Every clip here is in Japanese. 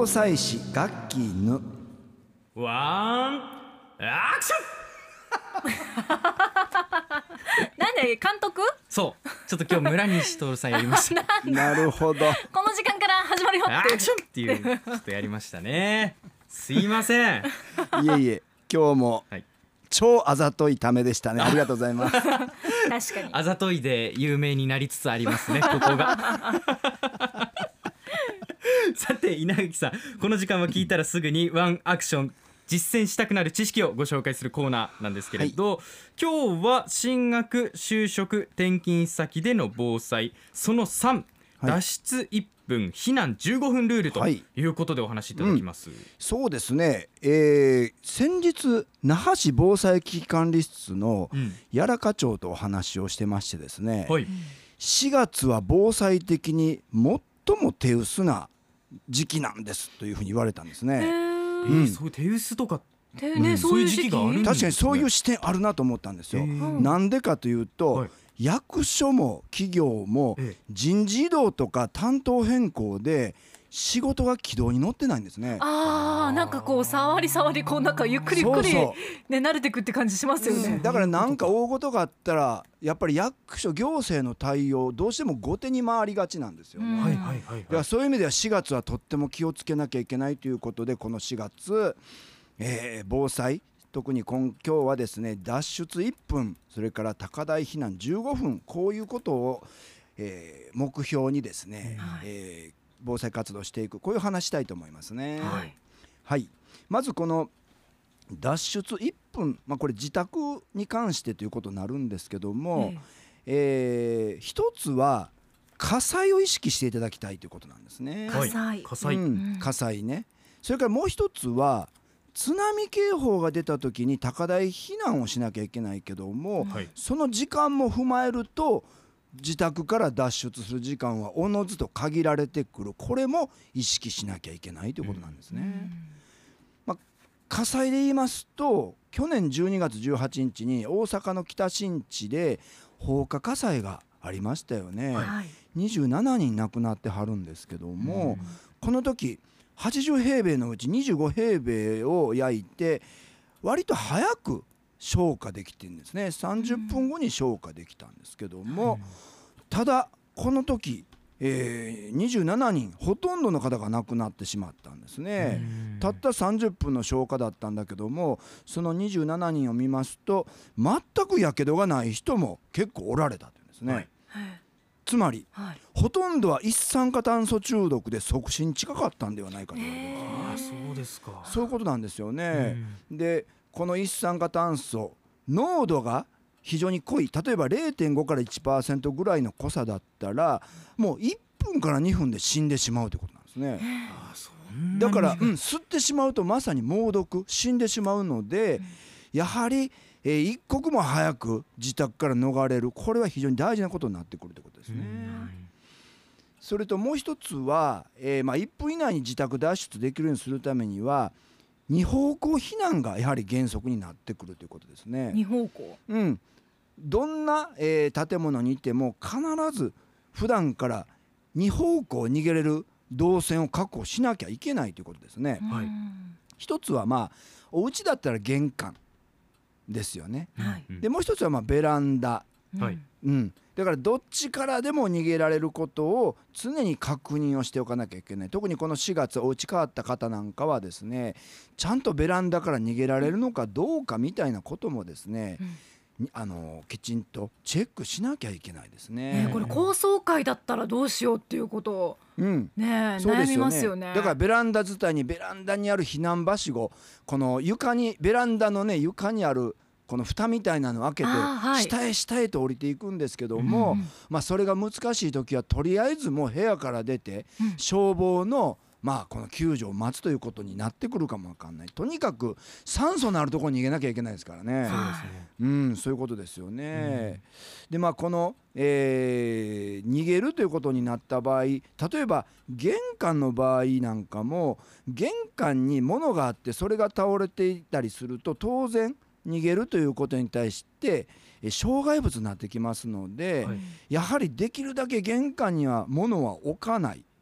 防災士ガッキーぬワンアクションなんで監督？ そうちょっと今日村西徹さんやりましたなるほど。 この時間から始まるよアってクションっていうちょっとやりましたね。すいません。 いえいえ、今日もはい超あざといためでしたね。ありがとうございます。 確かにあざといで有名になりつつありますねここがさて稲垣さん、この時間は聞いたらすぐにワンアクション実践したくなる知識をご紹介するコーナーなんですけれど、今日は進学就職転勤先での防災その3、脱出1分避難15分ルールということでお話しいただきます。 そうですね、先日那覇市防災危機管理室の谷良課長とお話をしてましてですね、 はい、 4月は防災的に最も手薄な時期なんですというふうに言われたんですね。 そういう手薄とかそういう時期があるんですね。 確かにそういう視点あるなと思ったんですよ。なんでかというと、 はい役所も企業も人事異動とか担当変更で仕事が軌道に乗ってないんですね。 なんかこう触りこうなんかゆっくりゆっくりね慣れてくって感じしますよね。 だからなんか大事があったらやっぱり役所行政の対応どうしても後手に回りがちなんですよね。だからそういう意味では4月はとっても気をつけなきゃいけないということで、この4月、防災特に今日はですね、脱出1分それから高台避難15分、こういうことを、目標にですね、防災活動していく、こういう話したいと思いますね。まずこの脱出1分、これ自宅に関してということになるんですけども、一つは火災を意識していただきたいということなんですね。火災ね。それからもう一つは津波警報が出た時に高台避難をしなきゃいけないけども、その時間も踏まえると自宅から脱出する時間はおのずと限られてくる、これも意識しなきゃいけないということなんですね。火災で言いますと、去年12月18日に大阪の北新地で放火火災がありましたよね。27人亡くなってはるんですけども、この時80平米のうち25平米を焼いて割と早く消火できてるんですね。30分後に消火できたんですけども、ただこの時、27人ほとんどの方が亡くなってしまったんですね。たった30分の消火だったんだけども、その27人を見ますと全くやけどがない人も結構おられたというんですね。つまり、ほとんどは一酸化炭素中毒で即死に近かったんではないかと言われてますね。 そうですか。 そういうことなんですよね。でこの一酸化炭素濃度が非常に濃い、例えば 0.5 から 1% ぐらいの濃さだったらもう1分から2分で死んでしまうということなんですね。だから、吸ってしまうとまさに猛毒、死んでしまうので、やはり一刻も早く自宅から逃れる、これは非常に大事なことになってくるということですね。それともう一つは、1分以内に自宅脱出できるようにするためには2方向避難がやはり原則になってくるということですね。 2方向、 どんな、建物にいても必ず普段から2方向逃げれる動線を確保しなきゃいけないということですね。一つはお家だったら玄関ですよね。でもう一つはベランダ、だからどっちからでも逃げられることを常に確認をしておかなきゃいけない。特にこの4月お家変わった方なんかはですね、ちゃんとベランダから逃げられるのかどうかみたいなこともですね、きちんとチェックしなきゃいけないですね。 これ高層階だったらどうしようっていうことを、悩みますよね。 だからベランダ伝いにベランダにある避難はしご、この床にベランダのね床にあるこの蓋みたいなのを開けて下へと降りていくんですけども、それが難しい時はとりあえずもう部屋から出て消防のこの救助を待つということになってくるかもわかんない。とにかく酸素のあるところに逃げなきゃいけないですからね。そういうことですよね。でこの、逃げるということになった場合、例えば玄関の場合なんかも玄関に物があってそれが倒れていたりすると当然逃げるということに対して障害物になってきますので、やはりできるだけ玄関には物は置かない。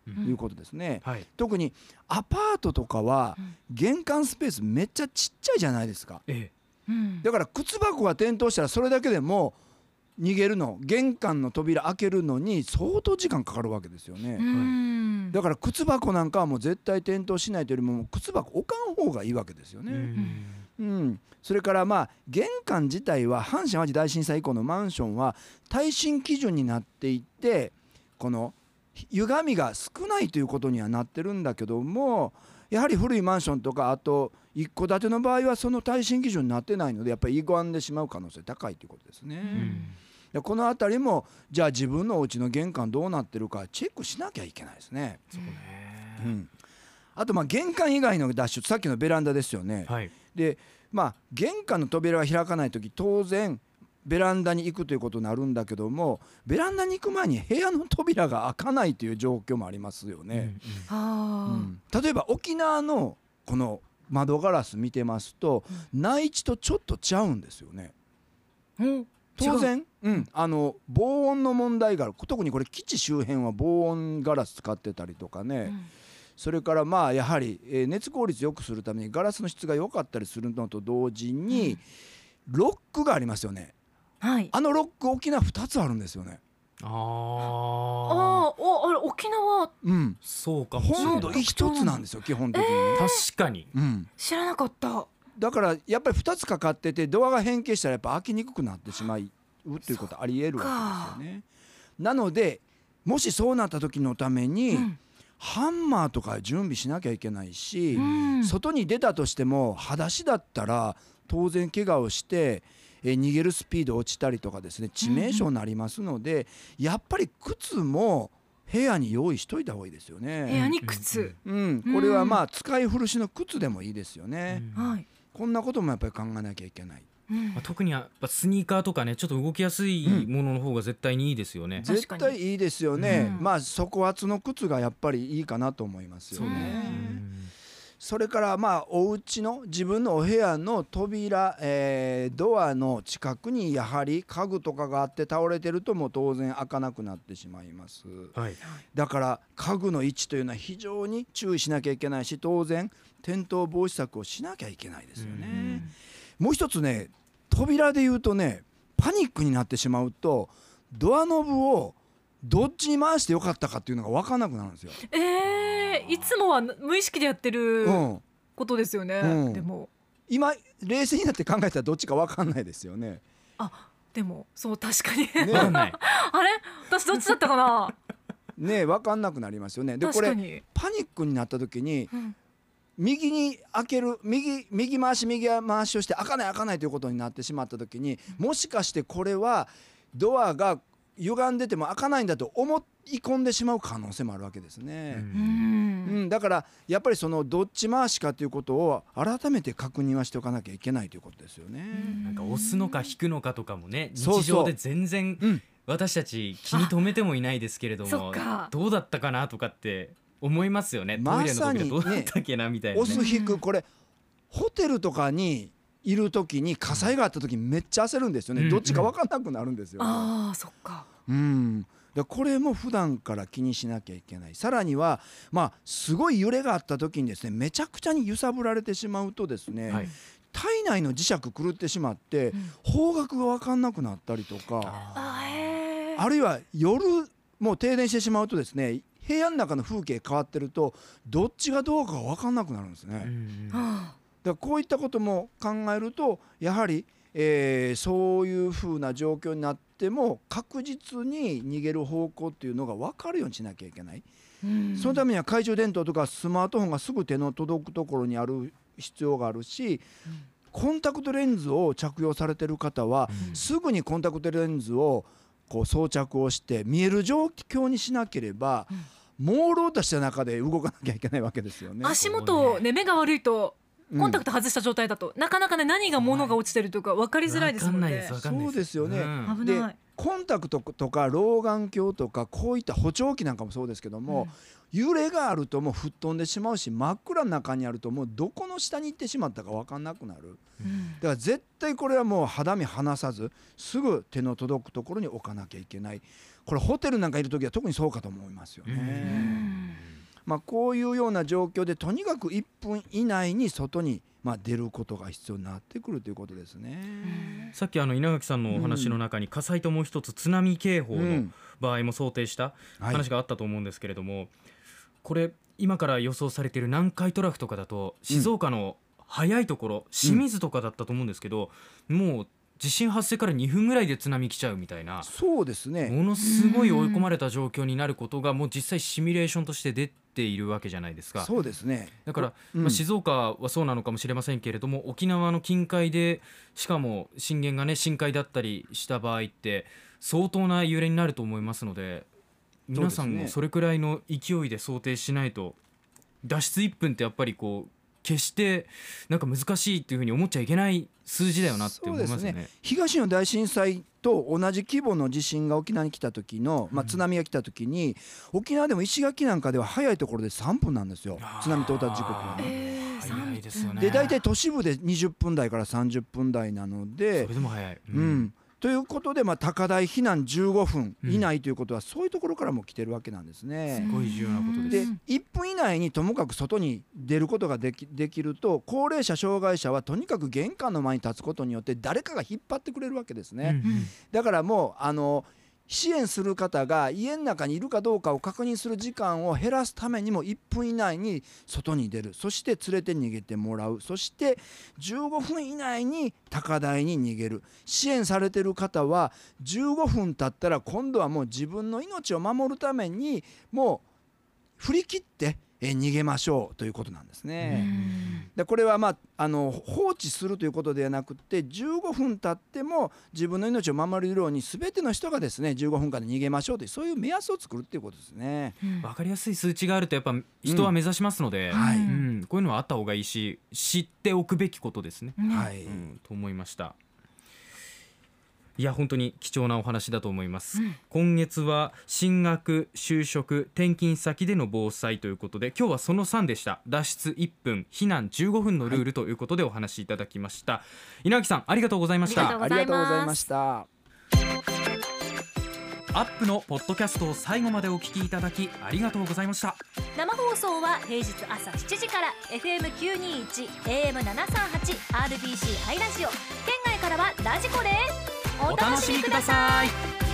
いうことですね、 はい、 特にアパートとかは玄関スペースめっちゃちっちゃいじゃないですか、だから靴箱が転倒したらそれだけでも逃げるの、玄関の扉開けるのに相当時間かかるわけですよね、だから靴箱なんかはもう絶対転倒しないというよりも靴箱置かん方がいいわけですよね、それから玄関自体は阪神・淡路大震災以降のマンションは耐震基準になっていて、この歪みが少ないということにはなってるんだけども、やはり古いマンションとかあと一戸建ての場合はその耐震基準になってないのでやっぱり歪んでしまう可能性高いということですね、でこのあたりもじゃあ自分のお家の玄関どうなってるかチェックしなきゃいけないですね。 そうね、 あと玄関以外の脱出、さっきのベランダですよね、で玄関の扉が開かないとき当然ベランダに行くということになるんだけども、ベランダに行く前に部屋の扉が開かないという状況もありますよね、例えば沖縄のこの窓ガラス見てますと、内地とちょっとちゃうんですよね、当然、防音の問題がある。特にこれ基地周辺は防音ガラス使ってたりとかね、それからやはり熱効率良くするためにガラスの質が良かったりするのと同時にロックがありますよね、あのロック沖縄2つあるんですよね。 あれ沖縄、 そうかもしれない。 本土1つなんですよ基本的に、 確かに、 知らなかった。 だからやっぱり2つかかっててドアが変形したらやっぱ開きにくくなってしまうということはありえるわけですよね。なのでもしそうなった時のために、ハンマーとか準備しなきゃいけないし、外に出たとしても裸足だったら当然怪我をして逃げるスピード落ちたりとかですね、致命傷になりますので、やっぱり靴も部屋に用意しといた方がいいですよね。 部屋に靴、 これは使い古しの靴でもいいですよね、こんなこともやっぱり考えなきゃいけない。 特にやっぱスニーカーとかね、ちょっと動きやすいものの方が絶対にいいですよね、 絶対いいですよね、底厚の靴がやっぱりいいかなと思いますよね。それからお家の自分のお部屋の扉、ドアの近くにやはり家具とかがあって倒れてるともう当然開かなくなってしまいます、だから家具の位置というのは非常に注意しなきゃいけないし、当然転倒防止策をしなきゃいけないですよね。もう一つね、扉で言うとね、パニックになってしまうとドアノブをどっちに回してよかったかっていうのが分からなくなるんですよ。 いつもは無意識でやってることですよね、でも今冷静になって考えたらどっちか分かんないですよね。 でもそう確かに、 分かんないあれ私どっちだったかなね、分かんなくなりますよね。でこれパニックになった時に、右に開ける右回しをして開かないということになってしまった時に、もしかしてこれはドアが歪んでても開かないんだと思い込んでしまう可能性もあるわけですね。だからやっぱりそのどっち回しかということを改めて確認はしておかなきゃいけないということですよね。 なんか押すのか引くのかとかもね、日常で全然私たち気に留めてもいないですけれども、どうだったかなとかって思いますよね。トイレの扉どうだったっけなみたいな、 押す引く、これホテルとかにいる時に火災があった時にめっちゃ焦るんですよね、どっちか分かんなくなるんですよね。 そっか。 でこれも普段から気にしなきゃいけない。さらにはすごい揺れがあった時にですね、めちゃくちゃに揺さぶられてしまうとですね、体内の磁石狂ってしまって方角が分かんなくなったりとか、あるいは夜もう停電してしまうとですね、部屋の中の風景変わってるとどっちがどうか分かんなくなるんですね。だからこういったことも考えるとやはり、そういうふうな状況になっても確実に逃げる方向っていうのが分かるようにしなきゃいけない。そのためには懐中電灯とかスマートフォンがすぐ手の届くところにある必要があるし、コンタクトレンズを着用されてる方は、すぐにコンタクトレンズを装着をして見える状況にしなければ、朦朧とした中で動かなきゃいけないわけですよね。 足元ね、目が悪いとコンタクト外した状態だと、なかなかね、何が物が落ちてるとか分かりづらいですもんね。 そうですよね。 危ない。 コンタクトとか老眼鏡とかこういった補聴器なんかもそうですけども、揺れがあるともう吹っ飛んでしまうし、真っ暗の中にあるともうどこの下に行ってしまったか分かんなくなる。だから絶対これはもう肌身離さずすぐ手の届くところに置かなきゃいけない。これホテルなんかいる時は特にそうかと思いますよね。こういうような状況でとにかく1分以内に外に出ることが必要になってくるということですね。 さっき稲垣さんのお話の中に火災ともう一つ津波警報の場合も想定した話があったと思うんですけれども、これ今から予想されている南海トラフとかだと静岡の早いところ、清水とかだったと思うんですけど、もう地震発生から2分ぐらいで津波来ちゃうみたいな、 そうですね、 ものすごい追い込まれた状況になることがもう実際シミュレーションとして出ているわけじゃないですか。 そうですね。 だから、静岡はそうなのかもしれませんけれども、沖縄の近海でしかも震源がね深海だったりした場合って相当な揺れになると思いますので、皆さんもそれくらいの勢いで想定しないと、脱出1分ってやっぱりこう決してなんか難しいっていうふうに思っちゃいけない数字だよなって思いますよね。 そうですね。東日本大震災と同じ規模の地震が沖縄に来た時の、津波が来た時に、沖縄でも石垣なんかでは早いところで3分なんですよ、津波到達時刻は、 早いですよね。 で大体都市部で20分台から30分台なので、 それでも早い、 ということで、高台避難15分以内ということは、そういうところからも来てるわけなんですね。 すごい重要なことです。 で1分以内にともかく外に出ることができると、高齢者障害者はとにかく玄関の前に立つことによって誰かが引っ張ってくれるわけですね。だからもう支援する方が家の中にいるかどうかを確認する時間を減らすためにも1分以内に外に出る、そして連れて逃げてもらう、そして15分以内に高台に逃げる。支援されてる方は15分経ったら今度はもう自分の命を守るためにもう振り切って逃げましょうということなんですね。でこれは放置するということではなくて、15分経っても自分の命を守れるように全ての人がですね15分間で逃げましょうという、そういう目安を作るということですね。 分かりやすい数値があるとやっぱ人は目指しますので、こういうのはあった方がいいし、知っておくべきことですね、と思いました。いや本当に貴重なお話だと思います、今月は進学、就職、転勤先での防災ということで、今日はその3でした。脱出1分、避難15分のルールということでお話しいただきました。稲垣さんありがとうございました。 ありがとうございました。 アップのポッドキャストを最後までお聞きいただきありがとうございました。 生放送は平日朝7時から FM921 AM738 RBC ハイラジオ、県外からはラジコです。 お楽しみください。